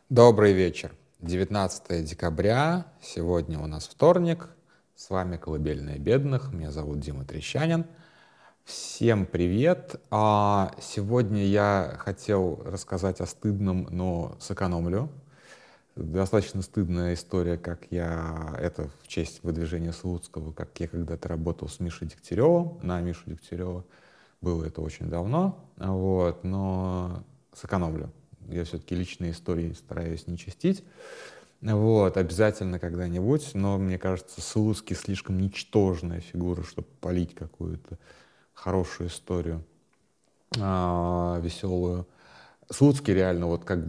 Добрый вечер. 19 декабря, сегодня у нас вторник. С вами «Колыбельная бедных». Меня зовут Дима Трещанин. Всем привет. Сегодня я хотел рассказать о стыдном, но сэкономлю. Достаточно стыдная история, это в честь выдвижения Слуцкого, как я когда-то работал с Мишей Дегтяревым, на Мишу Дегтярева. Было это очень давно, но сэкономлю. Я все-таки личные истории стараюсь не чистить. Обязательно когда-нибудь, но мне кажется, Слуцкий слишком ничтожная фигура, чтобы полить какую-то хорошую историю, веселую. Слуцкий реально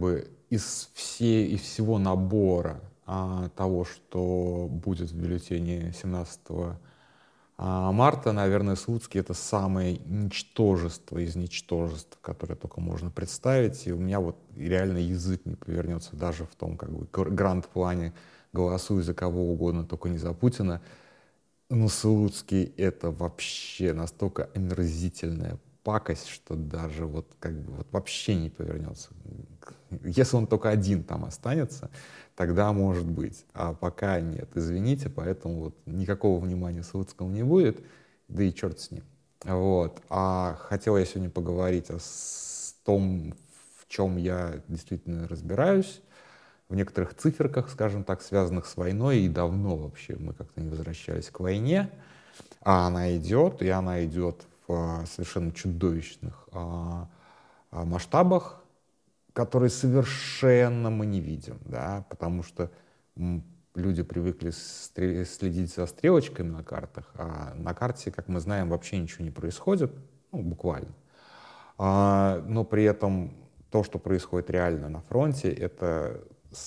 из всего набора того, что будет в бюллетене 17 марта, наверное, Слуцкий — это самое ничтожество из ничтожеств, которое только можно представить. И у меня реально язык не повернется даже в том гранд-плане «голосуй за кого угодно, только не за Путина». Но Слуцкий — это вообще настолько омерзительная пакость, что даже вообще не повернется. Если он только один там останется, тогда может быть. А пока нет. Извините, поэтому никакого внимания Слуцкому не будет, да и черт с ним. А хотел я сегодня поговорить о том, в чем я действительно разбираюсь, в некоторых циферках, скажем так, связанных с войной, и давно вообще мы как-то не возвращались к войне, а она идет, и она идет в совершенно чудовищных масштабах, которые совершенно мы не видим, да, потому что люди привыкли следить за стрелочками на картах, а на карте, как мы знаем, вообще ничего не происходит, буквально. Но при этом то, что происходит реально на фронте, это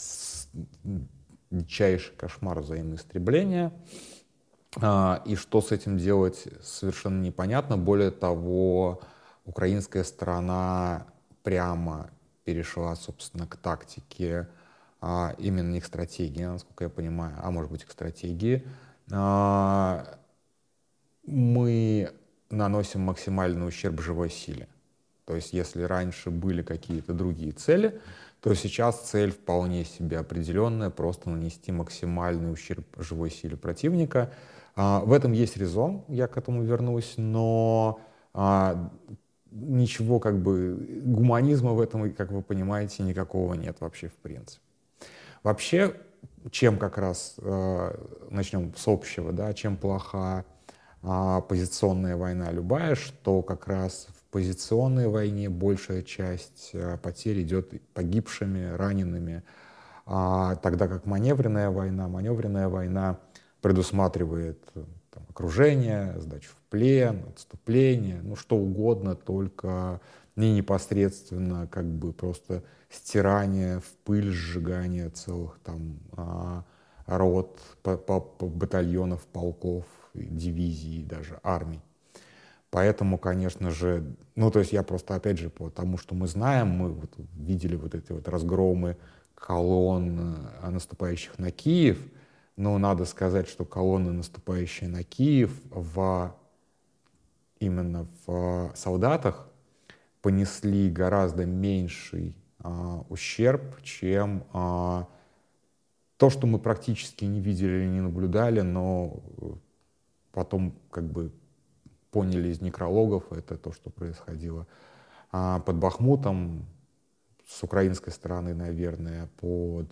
дичайший кошмар взаимоистребления. И что с этим делать, совершенно непонятно. Более того, украинская сторона прямо перешла, собственно, к тактике, именно не к стратегии, насколько я понимаю, а может быть, к стратегии. Мы наносим максимальный ущерб живой силе. То есть если раньше были какие-то другие цели, то сейчас цель вполне себе определенная, просто нанести максимальный ущерб живой силе противника. В этом есть резон, я к этому вернусь, но ничего гуманизма в этом, как вы понимаете, никакого нет вообще в принципе. Вообще, чем как раз, начнем с общего, да, чем плоха позиционная война любая, что как раз в позиционной войне большая часть потерь идет погибшими, ранеными, тогда как маневренная война предусматривает окружение, сдачу в плен, отступление, что угодно, только не непосредственно просто стирание в пыль, сжигание целых рот, батальонов, полков, дивизий, даже армий. Поэтому, конечно же, то есть я просто, опять же, по тому, что мы знаем, мы видели эти разгромы колонн, наступающих на Киев, но надо сказать, что колонны, наступающие на Киев, именно в солдатах понесли гораздо меньший ущерб, чем то, что мы практически не видели или не наблюдали, но потом поняли из некрологов, это то, что происходило под Бахмутом, с украинской стороны, наверное, под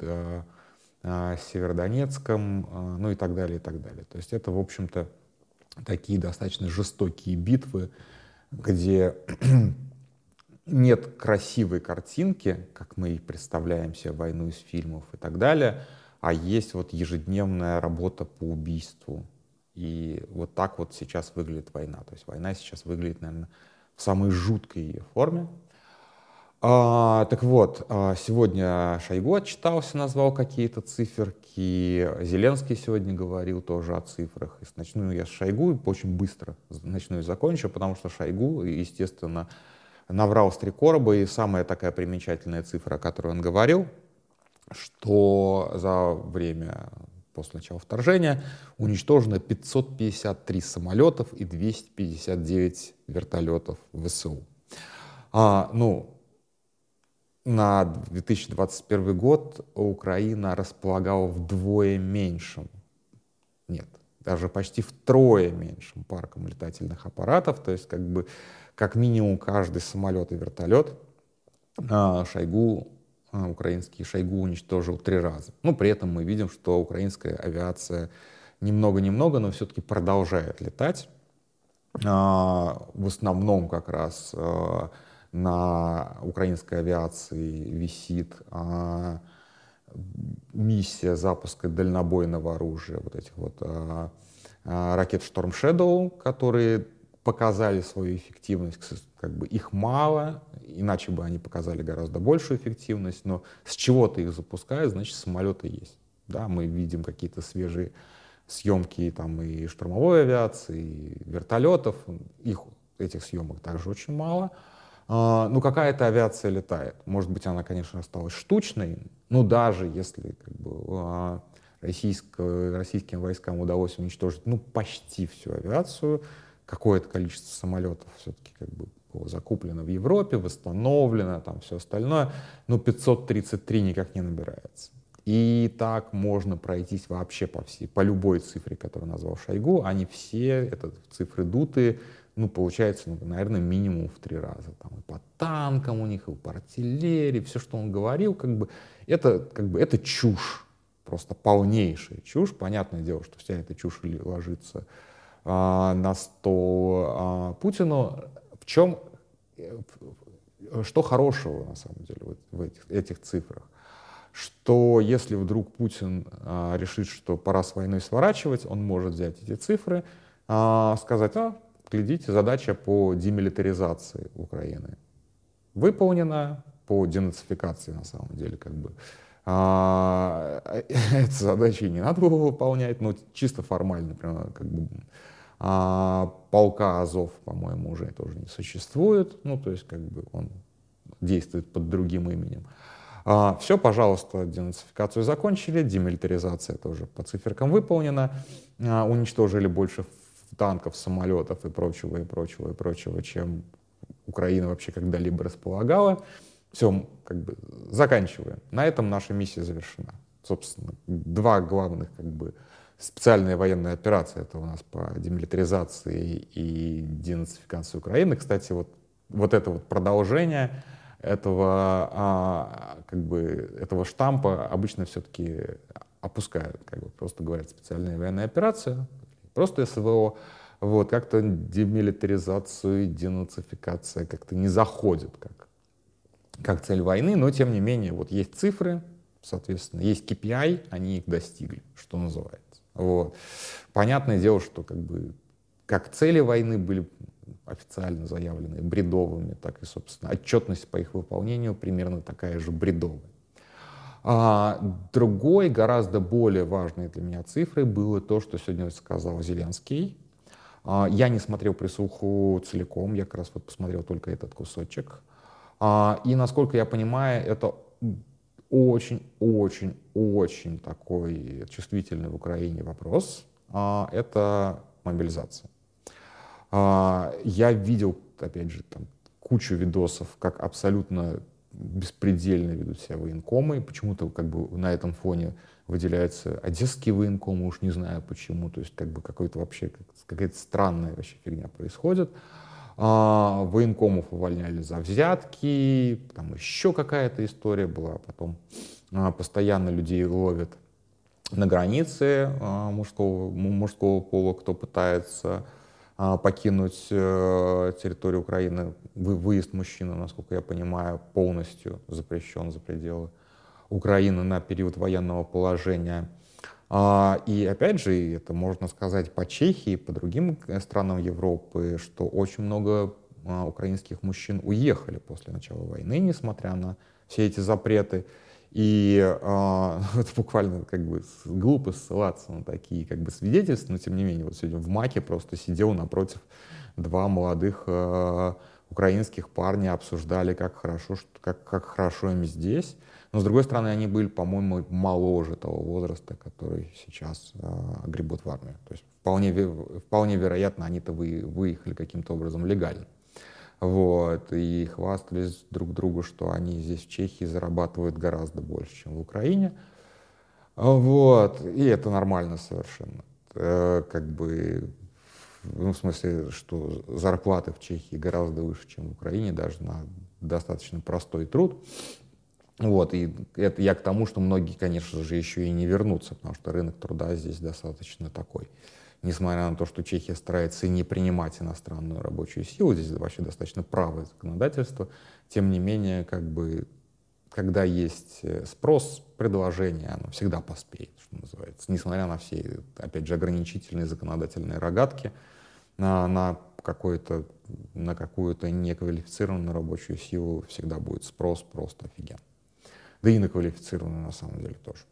Северодонецком, и так далее, и так далее. То есть это, в общем-то, такие достаточно жестокие битвы, где нет красивой картинки, как мы представляем себе войну из фильмов и так далее, а есть ежедневная работа по убийству. И так сейчас выглядит война. То есть война сейчас выглядит, наверное, в самой жуткой ее форме. Сегодня Шойгу отчитался, назвал какие-то циферки. Зеленский сегодня говорил тоже о цифрах. И начну я с Шойгу, очень быстро начну и закончу, потому что Шойгу, естественно, наврал с три короба. И самая такая примечательная цифра, о которой он говорил, что за время после начала вторжения уничтожено 553 самолетов и 259 вертолетов ВСУ. на 2021 год Украина располагала вдвое меньшим, нет, даже почти втрое меньшим парком летательных аппаратов, то есть как бы как минимум каждый самолет и вертолет украинский Шойгу уничтожил 3 раза. Ну, при этом мы видим, что украинская авиация ни много, но все-таки продолжает летать. В основном как раз на украинской авиации висит миссия запуска дальнобойного оружия, вот этих вот ракет Storm Shadow, которые показали свою эффективность, как бы их мало, иначе бы они показали гораздо большую эффективность, но с чего-то их запускают, значит, самолеты есть. Да, мы видим какие-то свежие съемки там и штурмовой авиации, и вертолетов, этих съемок также очень мало. Ну, какая-то авиация летает. Может быть, она, конечно, осталась штучной, но даже если как бы, российским войскам удалось уничтожить почти всю авиацию, какое-то количество самолетов все-таки как бы было закуплено в Европе, восстановлено, там все остальное, но 533 никак не набирается. И так можно пройтись вообще по любой цифре, которую назвал Шойгу. Они все, это цифры дутые, получается, наверное, минимум в 3 раза. Там и по танкам у них, и по артиллерии, все, что он говорил, это чушь, просто полнейшая чушь. Понятное дело, что вся эта чушь ложится на стол Путину. Что хорошего, на самом деле, в этих цифрах? Что если вдруг Путин решит, что пора с войной сворачивать, он может взять эти цифры, сказать: глядите, задача по демилитаризации Украины выполнена, по денацификации, на самом деле, как бы. Эту задачу не надо было выполнять, но чисто формально, например, как бы, полка Азов, по-моему, уже тоже не существует, то есть как бы он действует под другим именем. Все, пожалуйста, денацификацию закончили, демилитаризация тоже по циферкам выполнена, уничтожили больше танков, самолетов и прочего, чем Украина вообще когда-либо располагала. Все, как бы заканчиваем. На этом наша миссия завершена. Собственно, 2 главных как бы специальные военные операции — это у нас по демилитаризации и денацификации Украины. Кстати, вот это вот продолжение этого штампа обычно все-таки опускают, как бы просто говорят специальная военная операция, просто СВО. Как-то демилитаризацию и денацификация как-то не заходит как цель войны, но тем не менее есть цифры, соответственно, есть KPI, они их достигли, что называется. Понятное дело, что как цели войны были официально заявлены бредовыми, так и, собственно, отчетность по их выполнению примерно такая же бредовая. Другой, гораздо более важной для меня цифрой было то, что сегодня сказал Зеленский. Я не смотрел присуху целиком, я как раз посмотрел только этот кусочек. И, насколько я понимаю, это очень такой чувствительный в Украине вопрос. Это мобилизация. Я видел, опять же, там кучу видосов, как абсолютно беспредельно ведут себя военкомы. Почему-то как бы на этом фоне выделяются одесские военкомы, уж не знаю почему. То есть как бы какая-то странная вообще фигня происходит. Военкомов увольняли за взятки, там еще какая-то история была. Потом постоянно людей ловят на границе мужского пола, кто пытается покинуть территорию Украины. Выезд мужчины, насколько я понимаю, полностью запрещен за пределы Украины на период военного положения. И опять же, это можно сказать по Чехии, по другим странам Европы, что очень много украинских мужчин уехали после начала войны, несмотря на все эти запреты. И это буквально как бы глупо ссылаться на такие как бы свидетельства, но тем не менее, сегодня в МАКе просто сидел напротив 2 молодых украинских парня, обсуждали, как хорошо им здесь. Но, с другой стороны, они были, по-моему, моложе того возраста, который сейчас гребут в армию. То есть вполне вероятно, они-то выехали каким-то образом легально. вот, и хвастались друг другу, что они здесь в Чехии зарабатывают гораздо больше, чем в Украине, вот, и это нормально совершенно. Как бы, ну, в смысле, что зарплаты в Чехии гораздо выше, чем в Украине, даже на достаточно простой труд. Вот, и это я к тому, что многие, конечно же, еще и не вернутся, потому что рынок труда здесь достаточно такой. Несмотря на то, что Чехия старается не принимать иностранную рабочую силу, здесь вообще достаточно правое законодательство, тем не менее, как бы, когда есть спрос, предложение, оно всегда поспеет, что называется, несмотря на все, опять же, ограничительные законодательные рогатки на какую-то неквалифицированную рабочую силу всегда будет спрос просто офигенный. Да и на квалифицированную на самом деле тоже.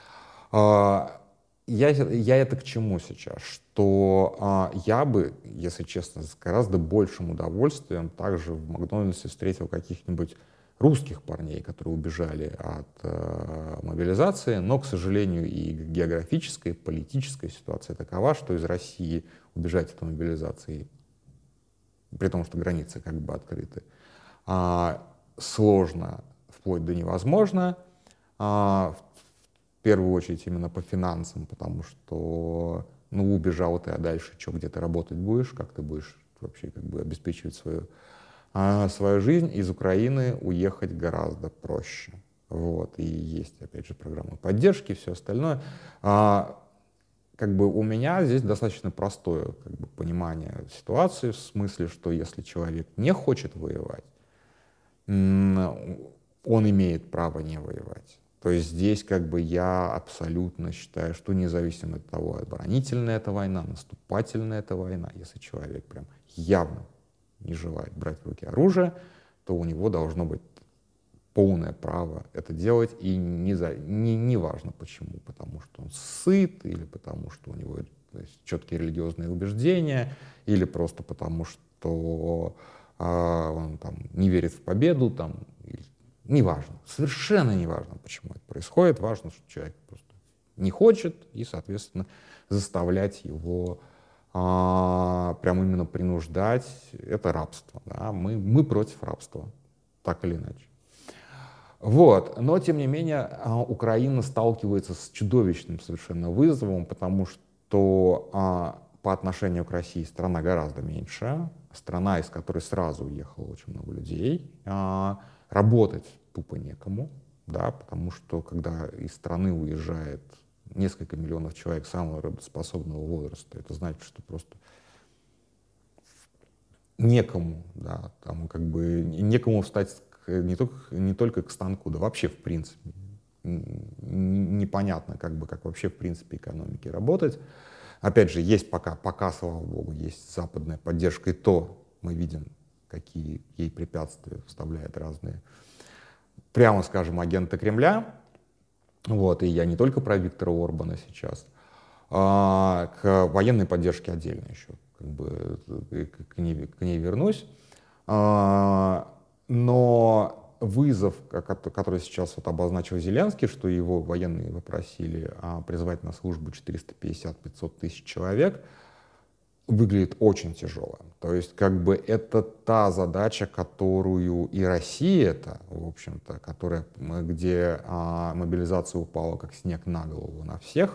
Я это к чему сейчас? Что я бы, если честно, с гораздо большим удовольствием также в Макдональдсе встретил каких-нибудь русских парней, которые убежали от мобилизации, но, к сожалению, и географическая, и политическая ситуация такова, что из России убежать от мобилизации, при том, что границы как бы открыты, сложно, вплоть до невозможно. В первую очередь именно по финансам, потому что, ну, убежал ты, а дальше что, где ты работать будешь, как ты будешь вообще как бы обеспечивать свою жизнь. Из Украины уехать гораздо проще. Вот, и есть, опять же, программы поддержки, все остальное. Как бы у меня здесь достаточно простое как бы понимание ситуации, в смысле, что если человек не хочет воевать, он имеет право не воевать. То есть здесь как бы я абсолютно считаю, что независимо от того, оборонительная это война, наступательная это война, если человек прям явно не желает брать в руки оружие, то у него должно быть полное право это делать, и не важно почему, потому что он сыт, или потому что у него четкие религиозные убеждения, или просто потому что он там не верит в победу, там, неважно, совершенно неважно, почему это происходит, важно, что человек просто не хочет, и, соответственно, заставлять его прям именно принуждать, это рабство. Да? Мы против рабства, так или иначе. Вот. Но, тем не менее, Украина сталкивается с чудовищным совершенно вызовом, потому что по отношению к России страна гораздо меньше, страна, из которой сразу уехало очень много людей, работать тупо некому, да, потому что когда из страны уезжает несколько миллионов человек самого работоспособного возраста, это значит, что просто некому, да, там как бы некому встать не только к станку, да вообще в принципе непонятно, как вообще в принципе экономике работать. Опять же, есть пока, слава богу, есть западная поддержка, и то мы видим, какие ей препятствия вставляют разные, прямо скажем, агенты Кремля. Вот, и я не только про Виктора Орбана сейчас, к военной поддержке отдельно еще, как бы к ней вернусь. Но вызов, который сейчас вот обозначил Зеленский, что его военные попросили призвать на службу 450-500 тысяч человек, выглядит очень тяжелым. То есть как бы это та задача, которую и Россия-то, в общем-то, где мобилизация упала как снег на голову на всех,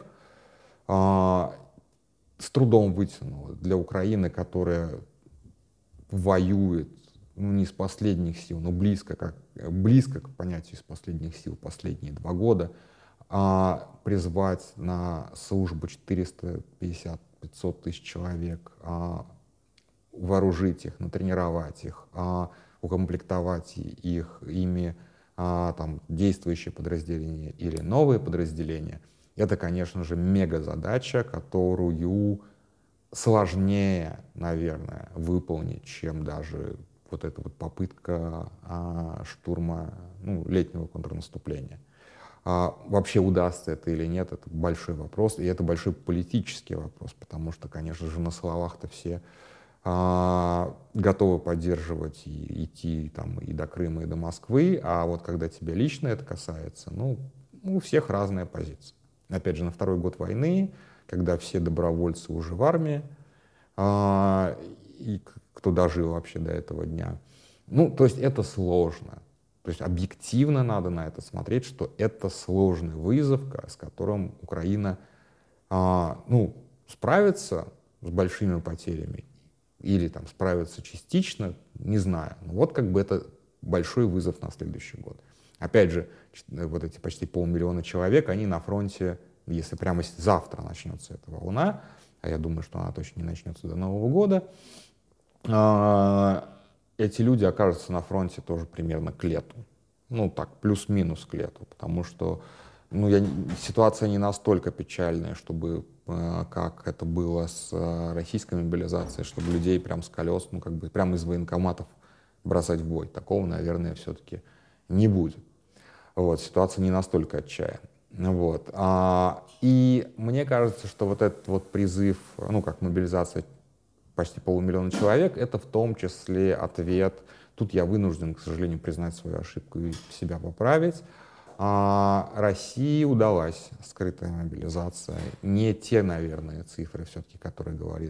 с трудом вытянула. Для Украины, которая воюет, ну, не из последних сил, но близко к понятию из последних сил последние 2 года, призвать на службу 450-500 тысяч человек, вооружить их, натренировать их, укомплектовать ими там, действующие подразделения или новые подразделения, это, конечно же, мега-задача, которую сложнее, наверное, выполнить, чем даже вот эта вот попытка штурма, ну, летнего контрнаступления. Вообще удастся это или нет, это большой вопрос, и это большой политический вопрос, потому что, конечно же, на словах-то все готовы поддерживать и идти там и до Крыма, и до Москвы, а вот когда тебя лично это касается, ну, у всех разная позиция. Опять же, на 2-й год войны, когда все добровольцы уже в армии, и кто дожил вообще до этого дня, Ну, то есть это сложно. То есть объективно надо на это смотреть, что это сложный вызов, с которым Украина ну, справится с большими потерями или там справится частично, не знаю. Но вот как бы это большой вызов на следующий год. Опять же, вот эти почти 500 000 человек, они на фронте, если прямо завтра начнется эта волна, а я думаю, что она точно не начнется до Нового года, эти люди окажутся на фронте тоже примерно к лету. Ну так, плюс-минус к лету, потому что ну, ситуация не настолько печальная, чтобы, как это было с российской мобилизацией, чтобы людей прям с колес, ну как бы прямо из военкоматов бросать в бой. Такого, наверное, все-таки не будет. Вот, ситуация не настолько отчаянная. Вот. И мне кажется, что вот этот вот призыв, ну как мобилизация почти 500 000 человек, это в том числе ответ. Тут я вынужден, к сожалению, признать свою ошибку и себя поправить. России удалась скрытая мобилизация. Не те, наверное, цифры все-таки, которые говорит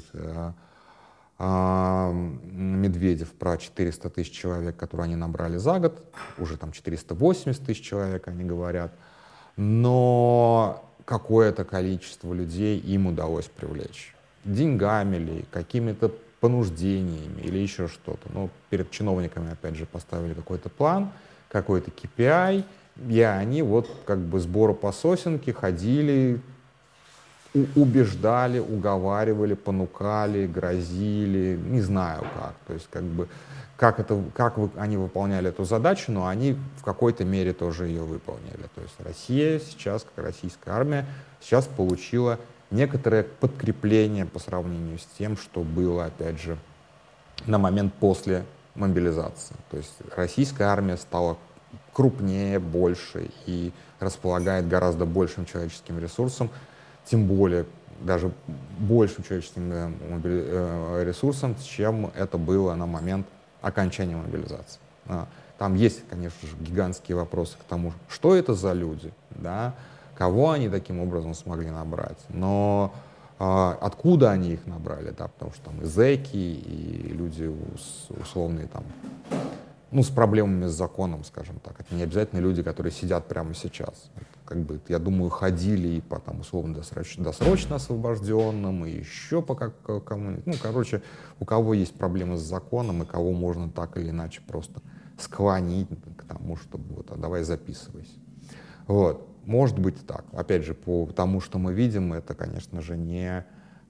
Медведев про 400 000 человек, которые они набрали за год. Уже там 480 000 человек, они говорят. Но какое-то количество людей им удалось привлечь. Деньгами ли, какими-то понуждениями или еще что-то. Но перед чиновниками, опять же, поставили какой-то план, какой-то KPI, и они вот как бы сбору по сосенке ходили, убеждали, уговаривали, понукали, грозили, не знаю как. То есть как бы они выполняли эту задачу, но они в какой-то мере тоже ее выполнили. То есть Россия сейчас, как российская армия, сейчас получила некоторое подкрепление по сравнению с тем, что было, опять же, на момент после мобилизации. То есть российская армия стала крупнее, больше и располагает гораздо большим человеческим ресурсом, тем более даже большим человеческим ресурсом, чем это было на момент окончания мобилизации. Там есть, конечно же, гигантские вопросы к тому, что это за люди, да, кого они таким образом смогли набрать, но откуда они их набрали, да, потому что там и зэки, и люди условные там, ну, с проблемами с законом, скажем так. Это не обязательно люди, которые сидят прямо сейчас. Это, как бы, я думаю, ходили и по там, условно досрочно освобожденным, и еще по кому-нибудь. Ну, короче, у кого есть проблемы с законом, и кого можно так или иначе просто склонить к тому, чтобы вот, давай записывайся. Вот. Может быть так. Опять же, по тому, что мы видим, это, конечно же, не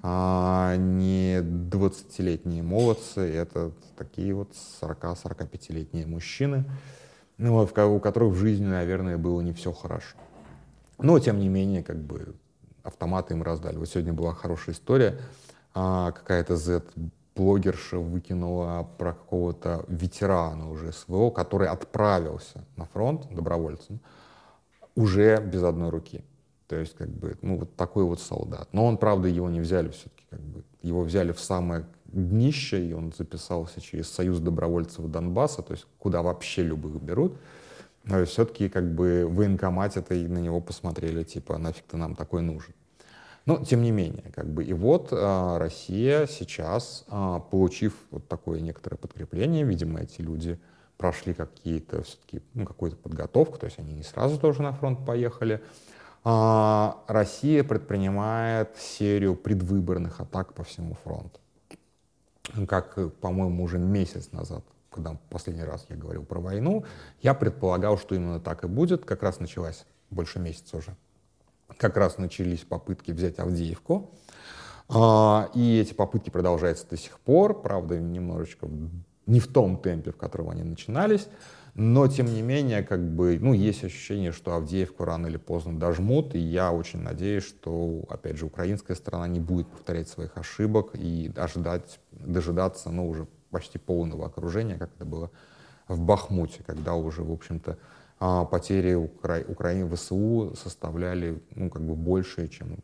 20-летние молодцы, это такие вот 40-45-летние мужчины, ну, вот, у которых в жизни, наверное, было не все хорошо. Но, тем не менее, как бы автоматы им раздали. Вот сегодня была хорошая история, какая-то Z-блогерша выкинула про какого-то ветерана уже СВО, который отправился на фронт добровольцем, уже без одной руки. То есть, как бы, ну, вот такой вот солдат. Но он, правда, его не взяли все-таки, как бы, его взяли в самое днище, и он записался через Союз добровольцев Донбасса, то есть, куда вообще любых берут. Но все-таки, как бы, в военкомате-то и на него посмотрели, типа, нафиг ты нам такой нужен. Но, тем не менее, как бы, и вот Россия сейчас, получив вот такое некоторое подкрепление, видимо, эти люди прошли какие-то все-таки, ну, какую-то подготовку, то есть они не сразу тоже на фронт поехали. Россия предпринимает серию предвыборных атак по всему фронту. Как, по-моему, уже месяц назад, когда последний раз я говорил про войну, я предполагал, что именно так и будет. Как раз началась, больше месяца уже, как раз начались попытки взять Авдеевку. И эти попытки продолжаются до сих пор, правда, немножечко не в том темпе, в котором они начинались, но, тем не менее, как бы, ну, есть ощущение, что Авдеевку рано или поздно дожмут, и я очень надеюсь, что, опять же, украинская сторона не будет повторять своих ошибок и дожидаться, ну, уже почти полного окружения, как это было в Бахмуте, когда уже, в общем-то, потери Украины ВСУ составляли, ну, как бы больше, чем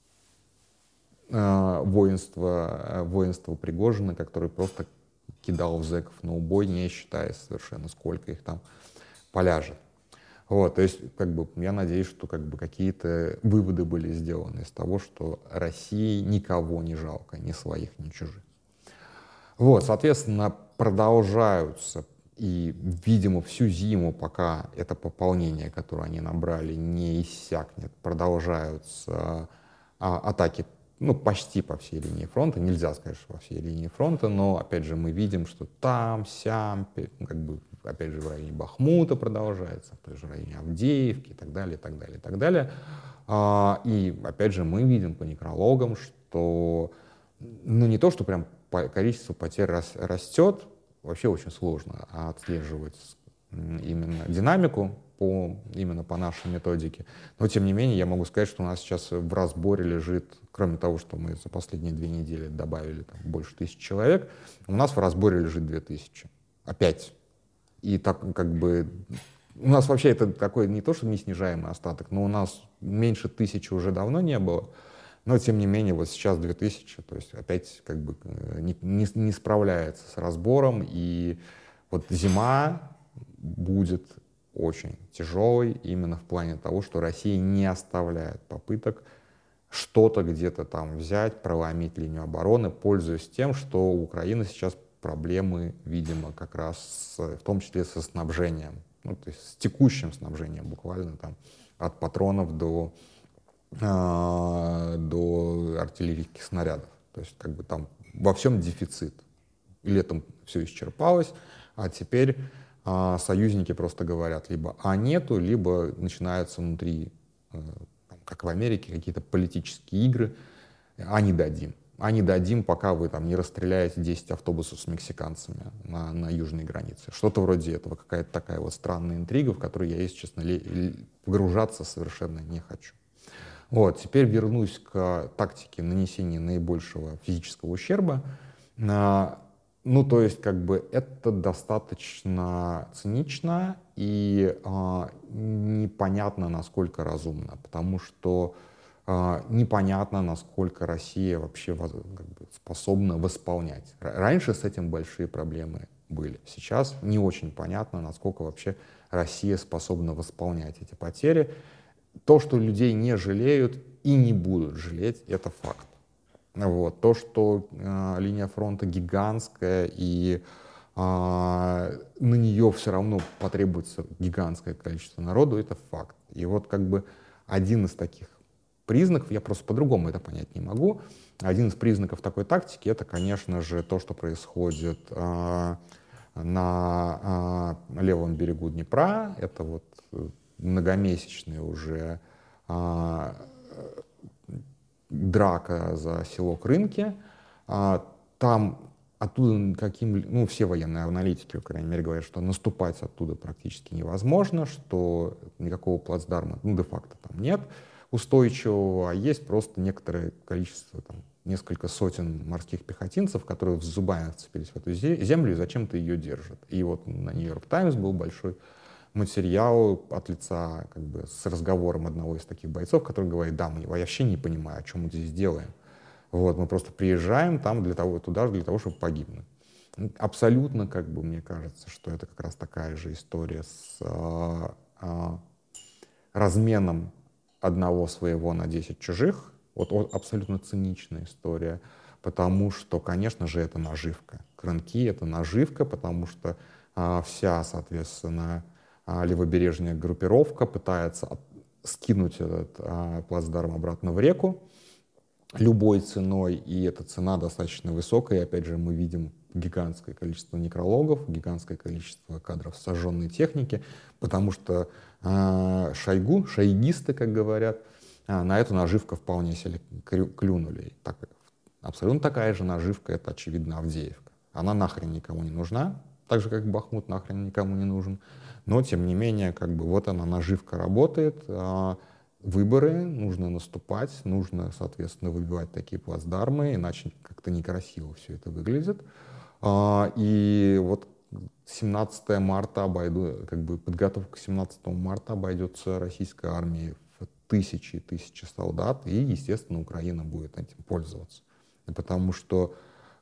воинство Пригожина, который просто кидал в зэков на убой, не считая совершенно, сколько их там поляжет. Вот, то есть, как бы, я надеюсь, что как бы какие-то выводы были сделаны из того, что России никого не жалко, ни своих, ни чужих. Вот, соответственно, продолжаются И, видимо, всю зиму, пока это пополнение, которое они набрали, не иссякнет, продолжаются атаки, ну, почти по всей линии фронта. Нельзя сказать, что по всей линии фронта, но, опять же, мы видим, что там, сям, как бы, опять же, в районе Бахмута продолжается, опять же, в районе Авдеевки и так далее, и так далее, и так далее. И, опять же, мы видим по некрологам, что, ну, не то, что прям количество потерь растет, вообще очень сложно отслеживать именно динамику именно по нашей методике. Но, тем не менее, я могу сказать, что у нас сейчас в разборе лежит, кроме того, что мы за последние 2 недели добавили там больше 1000 человек, у нас в разборе лежит 2000. Опять. И так как бы у нас вообще это такой не то, что неснижаемый остаток, но у нас меньше 1000 уже давно не было. Но, тем не менее, вот сейчас 2000, то есть опять как бы не справляется с разбором. И вот зима будет очень тяжелой именно в плане того, что Россия не оставляет попыток что-то где-то там взять, проломить линию обороны, пользуясь тем, что у Украины сейчас проблемы, видимо, как раз в том числе со снабжением, ну, то есть с текущим снабжением буквально там от патронов до артиллерийских снарядов. То есть как бы там во всем дефицит. Летом все исчерпалось, а теперь союзники просто говорят либо нету, либо начинаются внутри, как в Америке, какие-то политические игры, не дадим. Не дадим, пока вы там не расстреляете 10 автобусов с мексиканцами на южной границе. Что-то вроде этого, какая-то такая вот странная интрига, в которую я, если честно, погружаться совершенно не хочу. Вот, теперь вернусь к тактике нанесения наибольшего физического ущерба. Ну, то есть, как бы, это достаточно цинично и непонятно, насколько разумно, потому что непонятно, насколько Россия вообще как бы, способна восполнять. Раньше с этим большие проблемы были. Сейчас не очень понятно, насколько вообще Россия способна восполнять эти потери. То, что людей не жалеют и не будут жалеть, это факт. Вот. То, что линия фронта гигантская, и на нее все равно потребуется гигантское количество народу, это факт. И вот как бы один из таких признаков, я просто по-другому это понять не могу, один из признаков такой тактики, это, конечно же, то, что происходит на левом берегу Днепра, это вот многомесячные уже драка за село Крынки. Там оттуда ну, все военные аналитики, по крайней мере, говорят, что наступать оттуда практически невозможно, что никакого плацдарма, ну, де-факто там нет устойчивого, а есть просто некоторое количество, там, несколько сотен морских пехотинцев, которые с зубами вцепились в эту землю и зачем-то ее держат. И вот на Нью-Йорк Таймс был большой материал от лица, как бы, с разговором одного из таких бойцов, который говорит: да, я вообще не понимаю, о чем мы здесь делаем. Вот, мы просто приезжаем там туда для того, чтобы погибнуть. Абсолютно, как бы, мне кажется, что это как раз такая же история с разменом одного своего на 10 чужих. Вот абсолютно циничная история, потому что, конечно же, это наживка. Крынки — это наживка, потому что вся, соответственно, левобережная группировка пытается скинуть этот плацдарм обратно в реку любой ценой, и эта цена достаточно высокая. И опять же, мы видим гигантское количество некрологов, гигантское количество кадров сожженной техники, потому что шойгисты, как говорят, на эту наживку вполне себе клюнули. Абсолютно такая же наживка — это, очевидно, Авдеевка. Она нахрен никому не нужна, так же, как Бахмут нахрен никому не нужен. Но, тем не менее, как бы вот она, наживка, работает. Выборы, нужно наступать, нужно, соответственно, выбивать такие плацдармы, иначе как-то некрасиво все это выглядит. И вот 17 марта подготовка к 17 марта обойдется российской армии в тысячи и тысячи солдат, и, естественно, Украина будет этим пользоваться. Потому что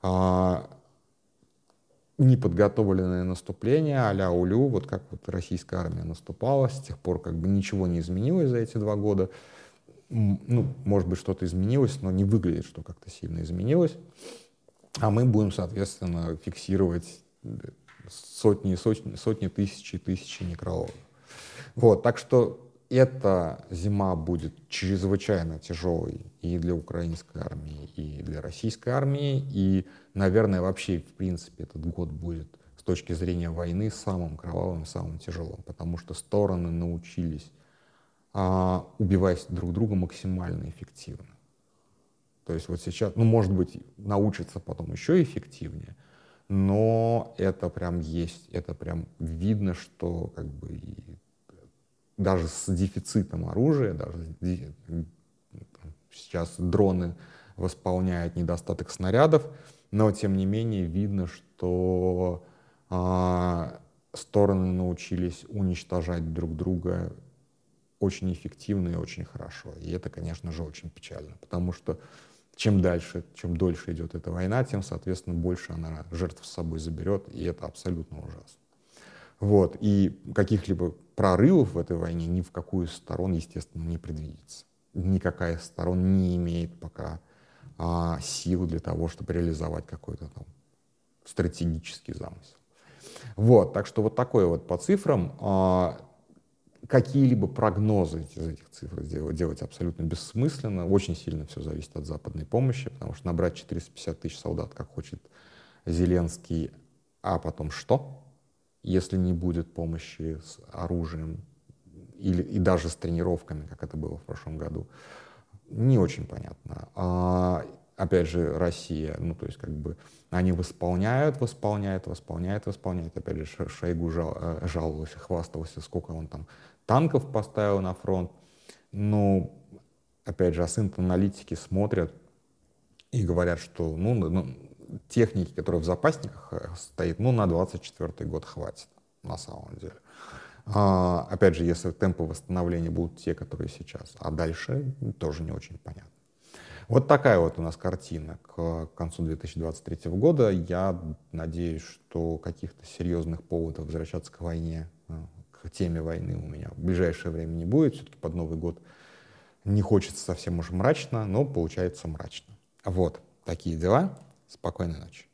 неподготовленное наступление а-ля Улю, вот как вот российская армия наступала, с тех пор как бы ничего не изменилось за эти 2 года. Ну, может быть, что-то изменилось, но не выглядит, что как-то сильно изменилось. А мы будем, соответственно, фиксировать сотни тысяч и тысячи некрологов. Вот, так что эта зима будет чрезвычайно тяжелой и для украинской армии, и для российской армии, и, наверное, вообще, в принципе, этот год будет с точки зрения войны самым кровавым, самым тяжелым, потому что стороны научились убивать друг друга максимально эффективно. То есть вот сейчас, ну, может быть, научатся потом еще эффективнее, но это прям есть, это прям видно, что как бы даже с дефицитом оружия, сейчас дроны восполняют недостаток снарядов, но тем не менее видно, что стороны научились уничтожать друг друга очень эффективно и очень хорошо. И это, конечно же, очень печально, потому что чем дальше, чем дольше идет эта война, тем, соответственно, больше она жертв с собой заберет, и это абсолютно ужасно. Вот. И каких-либо прорывов в этой войне ни в какую из сторон, естественно, не предвидится. Никакая из сторон не имеет пока сил для того, чтобы реализовать какой-то там стратегический замысел. Вот. Так что вот такое вот по цифрам. Какие-либо прогнозы из этих цифр делать абсолютно бессмысленно. Очень сильно все зависит от западной помощи, потому что набрать 450 тысяч солдат, как хочет Зеленский, а потом что, если не будет помощи с оружием и даже с тренировками, как это было в прошлом году, не очень понятно. Опять же, Россия, ну, то есть, как бы, они восполняют. Опять же, Шойгу жаловался, хвастался, сколько он там танков поставил на фронт. Но, опять же, аналитики смотрят и говорят, что, техники, которая в запасниках стоит, на 24-й год хватит, на самом деле. Опять же, если темпы восстановления будут те, которые сейчас, а дальше тоже не очень понятно. Вот такая вот у нас картина к концу 2023 года. Я надеюсь, что каких-то серьезных поводов возвращаться к войне, к теме войны у меня в ближайшее время не будет. Все-таки под Новый год не хочется совсем уж мрачно, но получается мрачно. Вот такие дела. Спокойной ночи.